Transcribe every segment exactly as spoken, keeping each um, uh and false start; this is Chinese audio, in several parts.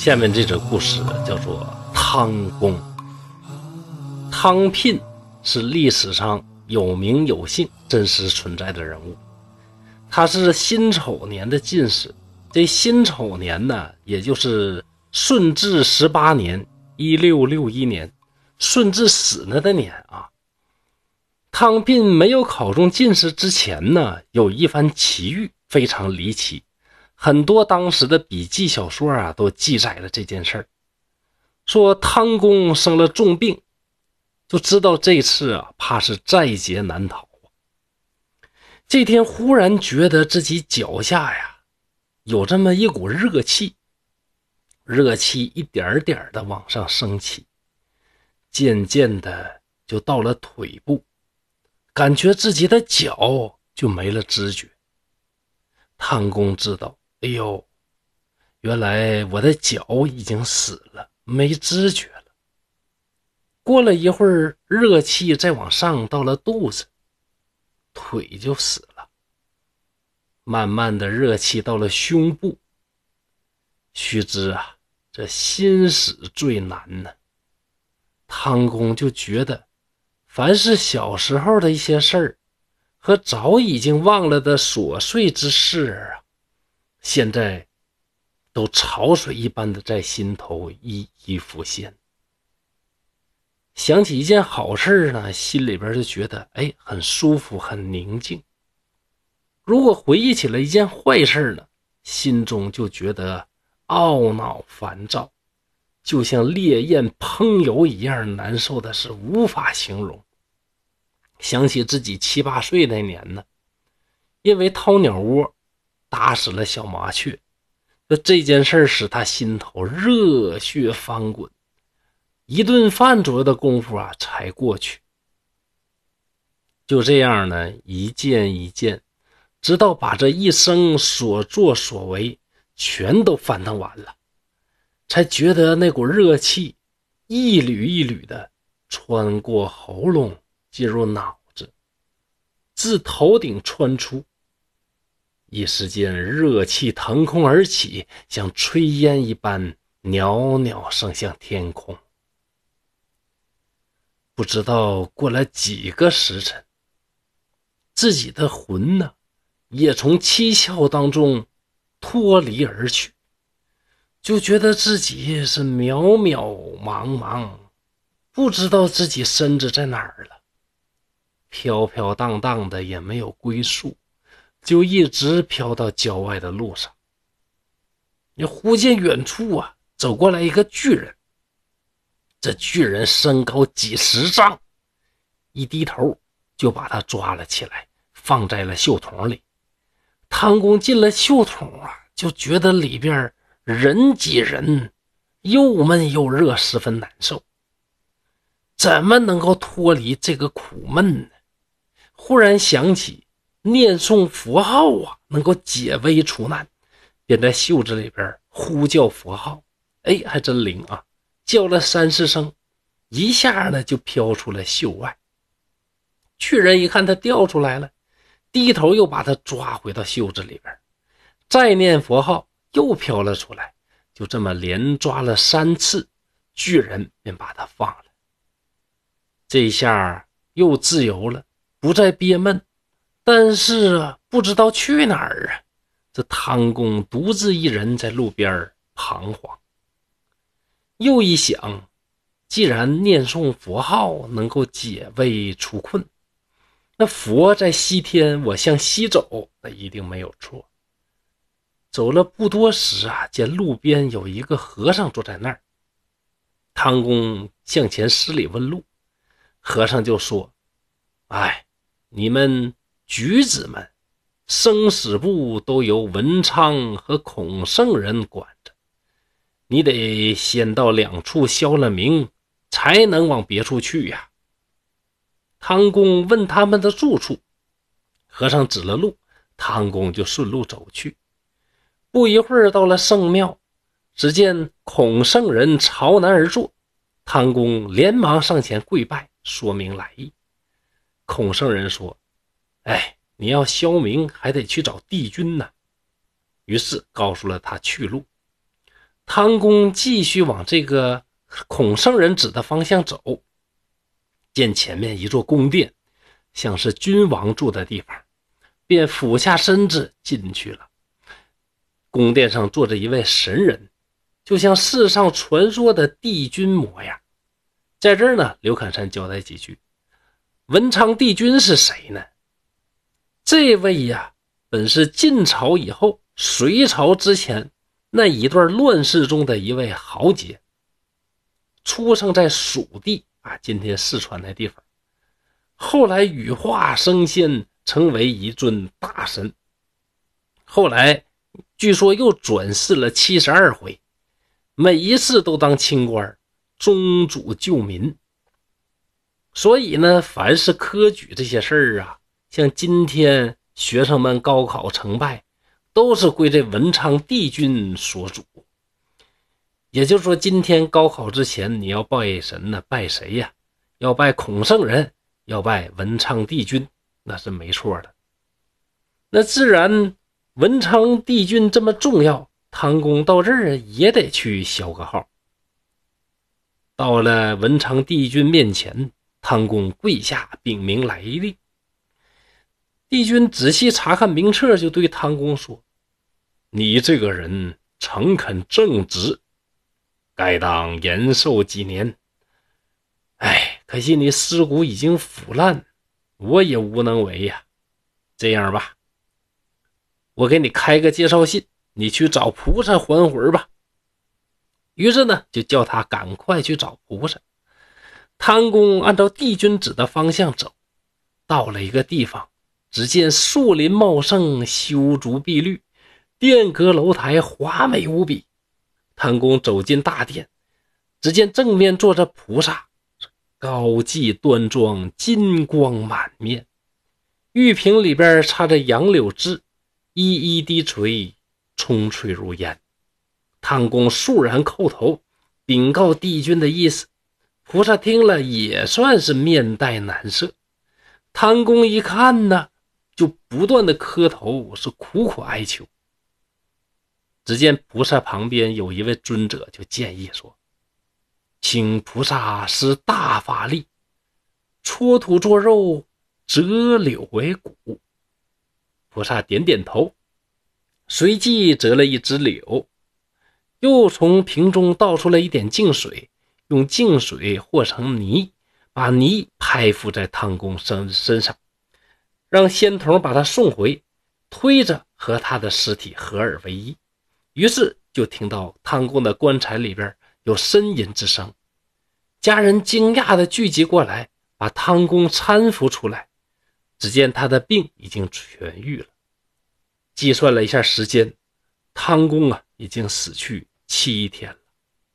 下面这则故事叫做汤公。汤聘是历史上有名有姓、真实存在的人物。他是辛丑年的进士，这辛丑年呢，也就是顺治十八年一六六一年，顺治死了的年啊。汤聘没有考中进士之前呢，有一番奇遇，非常离奇。很多当时的笔记小说啊，都记载了这件事儿。说汤公生了重病，就知道这次啊，怕是在劫难逃。这天忽然觉得自己脚下呀，有这么一股热气，热气一点点的往上升起，渐渐的就到了腿部，感觉自己的脚就没了知觉。汤公知道，哎呦，原来我的脚已经死了，没知觉了。过了一会儿，热气再往上到了肚子，腿就死了。慢慢的热气到了胸部。须知啊，这心死最难呢。汤公就觉得，凡是小时候的一些事儿和早已经忘了的琐碎之事啊，现在都潮水一般的在心头一一浮现。想起一件好事呢，心里边就觉得哎，很舒服，很宁静。如果回忆起了一件坏事呢，心中就觉得懊恼烦躁，就像烈焰烹油一样难受的是无法形容。想起自己七八岁那年呢，因为掏鸟窝打死了小麻雀，这件事使他心头热血翻滚。一顿饭左右的功夫啊，才过去。就这样呢，一件一件，直到把这一生所作所为全都翻腾完了，才觉得那股热气一缕一缕的穿过喉咙，进入脑子，自头顶穿出。一时间热气腾空而起，像炊烟一般袅袅升向天空。不知道过了几个时辰，自己的魂呢，也从七窍当中脱离而去，就觉得自己是渺渺茫茫，不知道自己身子在哪儿了，飘飘荡荡的也没有归宿，就一直飘到郊外的路上。你忽见远处啊，走过来一个巨人。这巨人身高几十丈，一低头就把他抓了起来，放在了袖筒里。汤公进了袖筒啊，就觉得里边人挤人，又闷又热，十分难受。怎么能够脱离这个苦闷呢？忽然想起念诵佛号啊，能够解危除难，便在袖子里边呼叫佛号。哎，还真灵啊！叫了三四声，一下呢就飘出了袖外。巨人一看他掉出来了，低头又把他抓回到袖子里边，再念佛号，又飘了出来。就这么连抓了三次，巨人便把他放了。这一下又自由了，不再憋闷。但是啊，不知道去哪儿啊。这汤公独自一人在路边彷徨。又一想，既然念诵佛号能够解危除困，那佛在西天，我向西走，那一定没有错。走了不多时啊，见路边有一个和尚坐在那儿。汤公向前施礼问路，和尚就说：哎，你们举子们生死簿都由文昌和孔圣人管着，你得先到两处消了名，才能往别处去呀。汤公问他们的住处，和尚指了路，汤公就顺路走去。不一会儿到了圣庙，只见孔圣人朝南而坐，汤公连忙上前跪拜，说明来意。孔圣人说：哎，你要消名还得去找帝君呢。于是告诉了他去路。 汤公继续往这个孔圣人指的方向走，见前面一座宫殿，像是君王住的地方，便俯下身子进去了。宫殿上坐着一位神人，就像世上传说的帝君模样。在这儿呢，刘侃山交代几句。文昌帝君是谁呢？这位呀，本是晋朝以后隋朝之前那一段乱世中的一位豪杰，出生在蜀地啊，今天四川那地方，后来羽化升仙，成为一尊大神，后来据说又转世了七十二回，每一次都当清官，宗主救民。所以呢，凡是科举这些事儿啊，像今天学生们高考成败，都是归这文昌帝君所主。也就是说，今天高考之前你要拜神呢，拜谁呀？要拜孔圣人，要拜文昌帝君，那是没错的。那自然文昌帝君这么重要，汤公到这儿也得去消个号。到了文昌帝君面前，汤公跪下禀明来历。帝君仔细查看名册，就对汤公说：你这个人诚恳正直，该当延寿几年。哎，可惜你尸骨已经腐烂，我也无能为呀。这样吧，我给你开个介绍信，你去找菩萨还魂吧。于是呢，就叫他赶快去找菩萨。汤公按照帝君指的方向走，到了一个地方，只见树林茂盛，修竹碧绿，殿阁楼台华美无比。汤公走进大殿，只见正面坐着菩萨，高髻端庄，金光满面，玉瓶里边插着杨柳枝，一一低垂，冲翠如烟。汤公肃然叩头，禀告帝君的意思。菩萨听了也算是面带难色。汤公一看呢，就不断的磕头，是苦苦哀求。只见菩萨旁边有一位尊者就建议说：请菩萨施大法力，戳土做肉，折柳为骨。菩萨点点头，随即折了一枝柳，又从瓶中倒出了一点净水，用净水和成泥，把泥拍附在汤公身身上，让仙童把他送回，推着和他的尸体合而为一。于是就听到汤公的棺材里边有呻吟之声，家人惊讶地聚集过来，把汤公搀扶出来。只见他的病已经痊愈了。计算了一下时间，汤公啊已经死去七天了。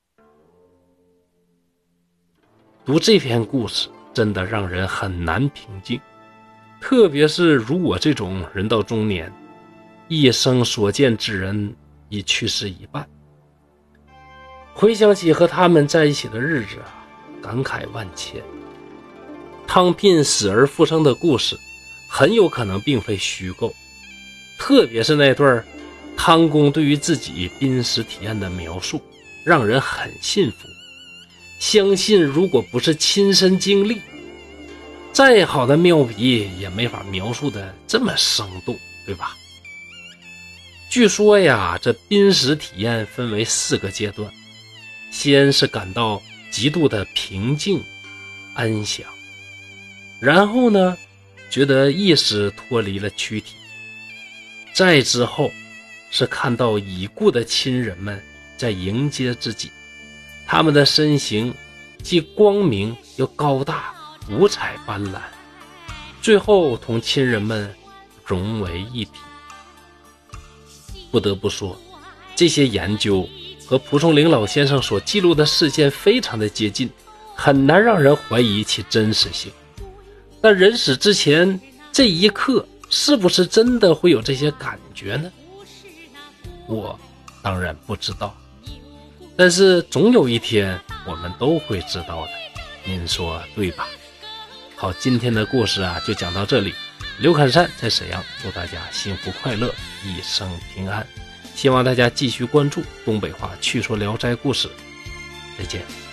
读这篇故事真的让人很难平静，特别是如我这种人到中年，一生所见之人已去世一半，回想起和他们在一起的日子啊，感慨万千。汤聘死而复生的故事很有可能并非虚构，特别是那段汤公对于自己濒死体验的描述，让人很信服。相信如果不是亲身经历，再好的妙笔也没法描述的这么生动，对吧？据说呀，这濒死体验分为四个阶段，先是感到极度的平静安详，然后呢觉得意识脱离了躯体，再之后是看到已故的亲人们在迎接自己，他们的身形既光明又高大，五彩斑斓，最后同亲人们融为一体。不得不说，这些研究和蒲松龄老先生所记录的事件非常的接近，很难让人怀疑其真实性。但人死之前这一刻，是不是真的会有这些感觉呢？我当然不知道，但是总有一天我们都会知道的，您说对吧？好，今天的故事啊就讲到这里。刘侃山在沈阳，祝大家幸福快乐，一生平安。 希望大家继续关注东北话趣说聊斋故事，再见。